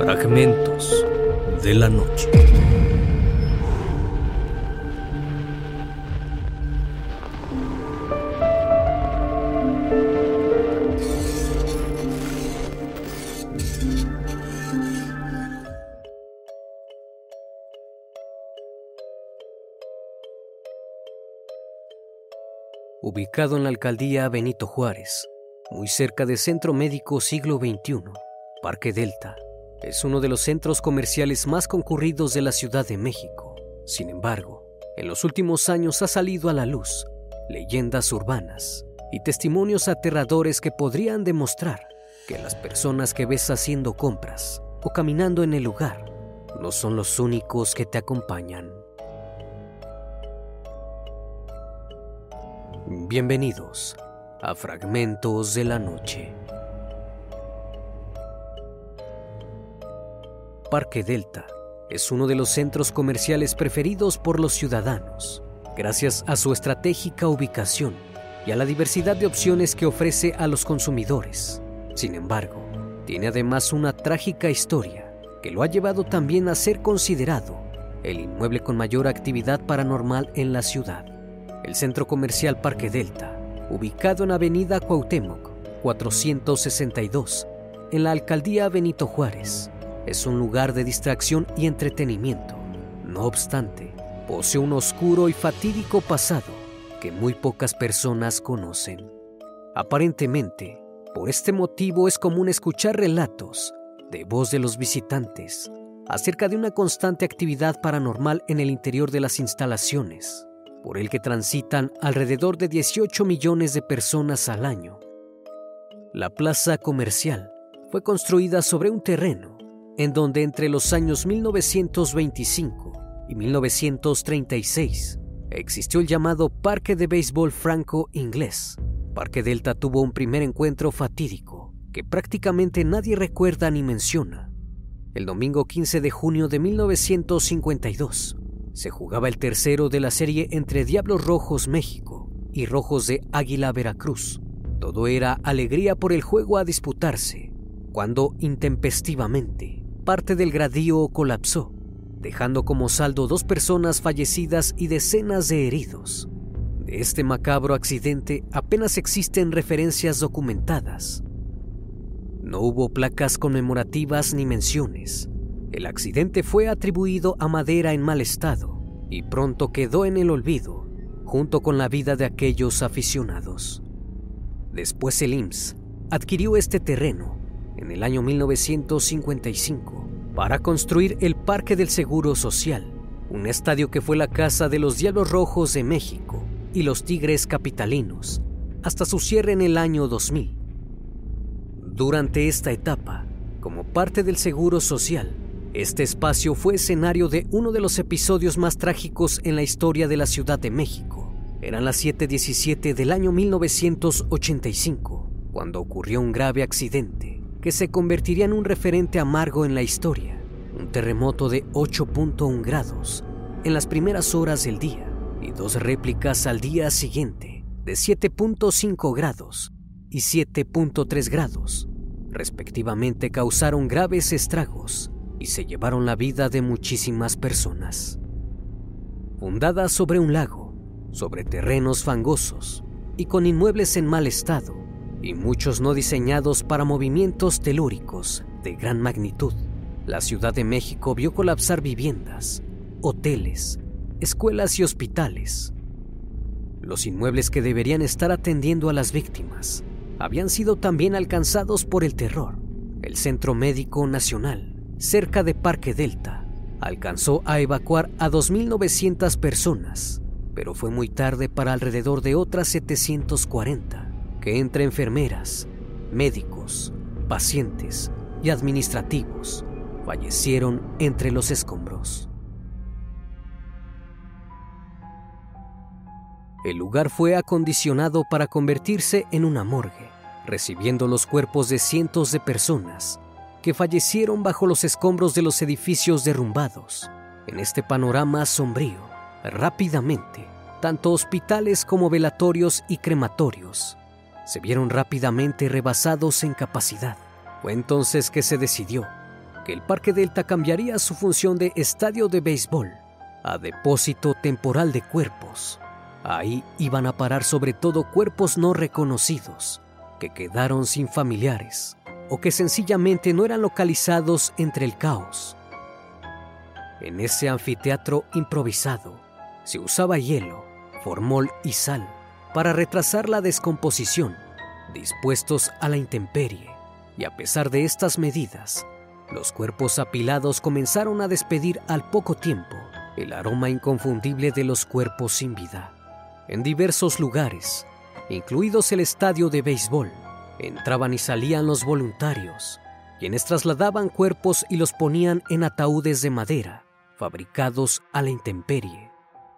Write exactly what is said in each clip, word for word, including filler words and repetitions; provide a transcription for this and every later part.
Fragmentos de la noche. Ubicado en la alcaldía Benito Juárez, muy cerca del Centro Médico Siglo veintiuno, Parque Delta es uno de los centros comerciales más concurridos de la Ciudad de México. Sin embargo, en los últimos años ha salido a la luz leyendas urbanas y testimonios aterradores que podrían demostrar que las personas que ves haciendo compras o caminando en el lugar no son los únicos que te acompañan. Bienvenidos a Fragmentos de la Noche. Parque Delta es uno de los centros comerciales preferidos por los ciudadanos, gracias a su estratégica ubicación y a la diversidad de opciones que ofrece a los consumidores. Sin embargo, tiene además una trágica historia que lo ha llevado también a ser considerado el inmueble con mayor actividad paranormal en la ciudad. El centro comercial Parque Delta, ubicado en Avenida Cuauhtémoc cuatrocientos sesenta y dos, en la alcaldía Benito Juárez, es un lugar de distracción y entretenimiento. No obstante, posee un oscuro y fatídico pasado que muy pocas personas conocen. Aparentemente, por este motivo es común escuchar relatos de voz de los visitantes acerca de una constante actividad paranormal en el interior de las instalaciones, por el que transitan alrededor de dieciocho millones de personas al año. La plaza comercial fue construida sobre un terreno en donde entre los años mil novecientos veinticinco y mil novecientos treinta y seis existió el llamado Parque de Béisbol Franco-Inglés. Parque Delta tuvo un primer encuentro fatídico que prácticamente nadie recuerda ni menciona. El domingo quince de junio de mil novecientos cincuenta y dos se jugaba el tercero de la serie entre Diablos Rojos México y Rojos de Águila Veracruz. Todo era alegría por el juego a disputarse, cuando intempestivamente parte del gradío colapsó, dejando como saldo dos personas fallecidas y decenas de heridos. De este macabro accidente apenas existen referencias documentadas. No hubo placas conmemorativas ni menciones. El accidente fue atribuido a madera en mal estado y pronto quedó en el olvido, junto con la vida de aquellos aficionados. Después el I M S S adquirió este terreno en el año mil novecientos cincuenta y cinco para construir el Parque del Seguro Social, un estadio que fue la casa de los Diablos Rojos de México y los Tigres Capitalinos, hasta su cierre en el año dos mil. Durante esta etapa, como parte del Seguro Social, este espacio fue escenario de uno de los episodios más trágicos en la historia de la Ciudad de México. Eran las siete diecisiete del año mil novecientos ochenta y cinco, cuando ocurrió un grave accidente que se convertiría en un referente amargo en la historia. Un terremoto de ocho punto uno grados en las primeras horas del día y dos réplicas al día siguiente de siete punto cinco grados y siete punto tres grados, respectivamente, causaron graves estragos y se llevaron la vida de muchísimas personas. Fundada sobre un lago, sobre terrenos fangosos y con inmuebles en mal estado, y muchos no diseñados para movimientos telúricos de gran magnitud, la Ciudad de México vio colapsar viviendas, hoteles, escuelas y hospitales. Los inmuebles que deberían estar atendiendo a las víctimas habían sido también alcanzados por el terror. El Centro Médico Nacional, cerca de Parque Delta, alcanzó a evacuar a dos mil novecientas personas, pero fue muy tarde para alrededor de otras setecientas cuarenta, que entre enfermeras, médicos, pacientes y administrativos fallecieron entre los escombros. El lugar fue acondicionado para convertirse en una morgue, recibiendo los cuerpos de cientos de personas que fallecieron bajo los escombros de los edificios derrumbados. En este panorama sombrío, rápidamente, tanto hospitales como velatorios y crematorios se vieron rápidamente rebasados en capacidad. Fue entonces que se decidió que el Parque Delta cambiaría su función de estadio de béisbol a depósito temporal de cuerpos. Ahí iban a parar sobre todo cuerpos no reconocidos, que quedaron sin familiares o que sencillamente no eran localizados entre el caos. En ese anfiteatro improvisado se usaba hielo, formol y sal para retrasar la descomposición, dispuestos a la intemperie, y a pesar de estas medidas, los cuerpos apilados comenzaron a despedir al poco tiempo el aroma inconfundible de los cuerpos sin vida. En diversos lugares, incluidos el estadio de béisbol, entraban y salían los voluntarios, quienes trasladaban cuerpos y los ponían en ataúdes de madera, fabricados a la intemperie.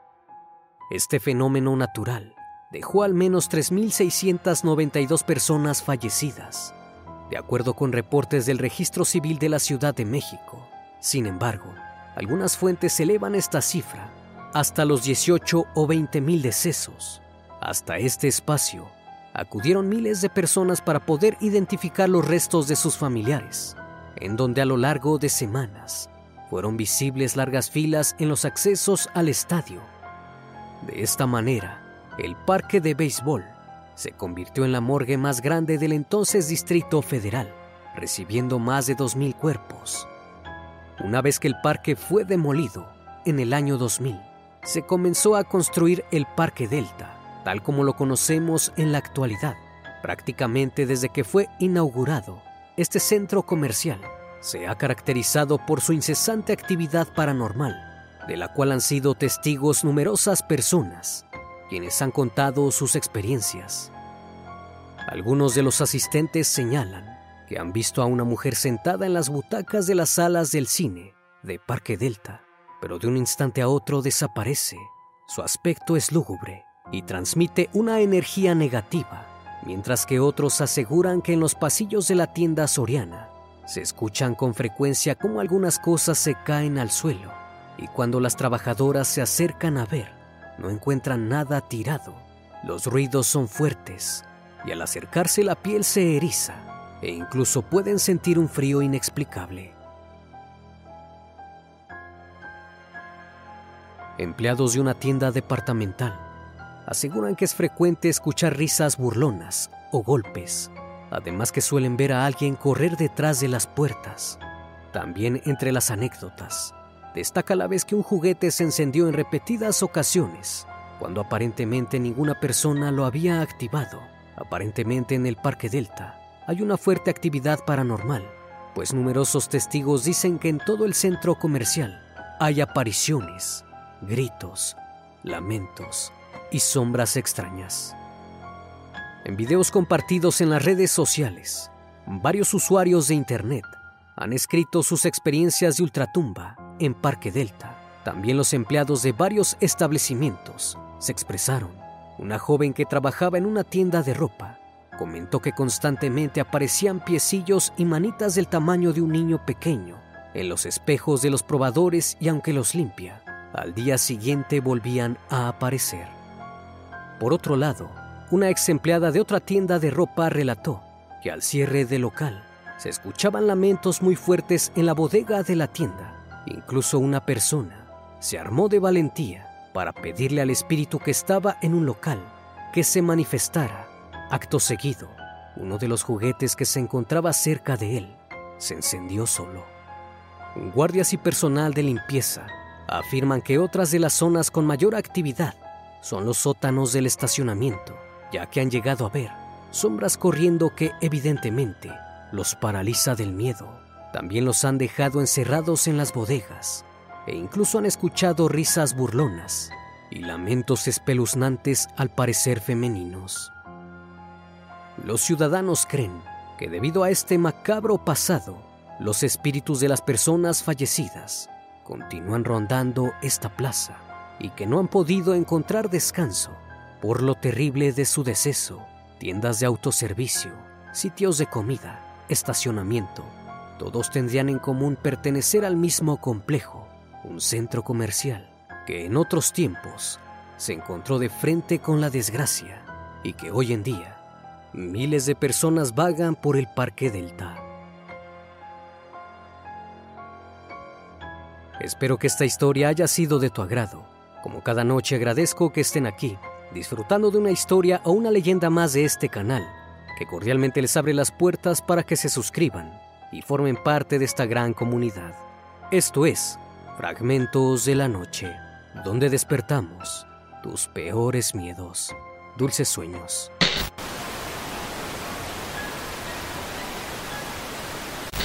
Este fenómeno natural dejó al menos tres mil seiscientas noventa y dos personas fallecidas, de acuerdo con reportes del Registro Civil de la Ciudad de México. Sin embargo, algunas fuentes elevan esta cifra hasta los dieciocho o veinte mil decesos. Hasta este espacio acudieron miles de personas para poder identificar los restos de sus familiares, en donde a lo largo de semanas fueron visibles largas filas en los accesos al estadio. De esta manera, el parque de béisbol se convirtió en la morgue más grande del entonces Distrito Federal, recibiendo más de dos mil cuerpos. Una vez que el parque fue demolido, en el año dos mil, se comenzó a construir el Parque Delta, tal como lo conocemos en la actualidad. Prácticamente desde que fue inaugurado, este centro comercial se ha caracterizado por su incesante actividad paranormal, de la cual han sido testigos numerosas personas, quienes han contado sus experiencias. Algunos de los asistentes señalan que han visto a una mujer sentada en las butacas de las salas del cine de Parque Delta, pero de un instante a otro desaparece. Su aspecto es lúgubre y transmite una energía negativa, mientras que otros aseguran que en los pasillos de la tienda Soriana se escuchan con frecuencia cómo algunas cosas se caen al suelo, y cuando las trabajadoras se acercan a ver, no encuentran nada tirado. Los ruidos son fuertes y al acercarse la piel se eriza e incluso pueden sentir un frío inexplicable. Empleados de una tienda departamental aseguran que es frecuente escuchar risas burlonas o golpes, además que suelen ver a alguien correr detrás de las puertas. También entre las anécdotas, destaca la vez que un juguete se encendió en repetidas ocasiones, cuando aparentemente ninguna persona lo había activado. Aparentemente en el Parque Delta hay una fuerte actividad paranormal, pues numerosos testigos dicen que en todo el centro comercial hay apariciones, gritos, lamentos y sombras extrañas. En videos compartidos en las redes sociales, varios usuarios de internet han escrito sus experiencias de ultratumba en Parque Delta. También los empleados de varios establecimientos se expresaron. Una joven que trabajaba en una tienda de ropa comentó que constantemente aparecían piecillos y manitas del tamaño de un niño pequeño en los espejos de los probadores, y aunque los limpia, al día siguiente volvían a aparecer. Por otro lado, una ex empleada de otra tienda de ropa relató que al cierre del local se escuchaban lamentos muy fuertes en la bodega de la tienda. Incluso una persona se armó de valentía para pedirle al espíritu que estaba en un local que se manifestara. Acto seguido, uno de los juguetes que se encontraba cerca de él se encendió solo. Guardias y personal de limpieza afirman que otras de las zonas con mayor actividad son los sótanos del estacionamiento, ya que han llegado a ver sombras corriendo que evidentemente los paraliza del miedo. También los han dejado encerrados en las bodegas e incluso han escuchado risas burlonas y lamentos espeluznantes, al parecer femeninos. Los ciudadanos creen que debido a este macabro pasado, los espíritus de las personas fallecidas continúan rondando esta plaza y que no han podido encontrar descanso por lo terrible de su deceso. Tiendas de autoservicio, sitios de comida, estacionamiento, todos tendrían en común pertenecer al mismo complejo, un centro comercial que en otros tiempos se encontró de frente con la desgracia y que hoy en día miles de personas vagan por el Parque Delta. Espero que esta historia haya sido de tu agrado. Como cada noche agradezco que estén aquí, disfrutando de una historia o una leyenda más de este canal, que cordialmente les abre las puertas para que se suscriban y formen parte de esta gran comunidad. Esto es Fragmentos de la Noche, donde despertamos tus peores miedos. Dulces sueños.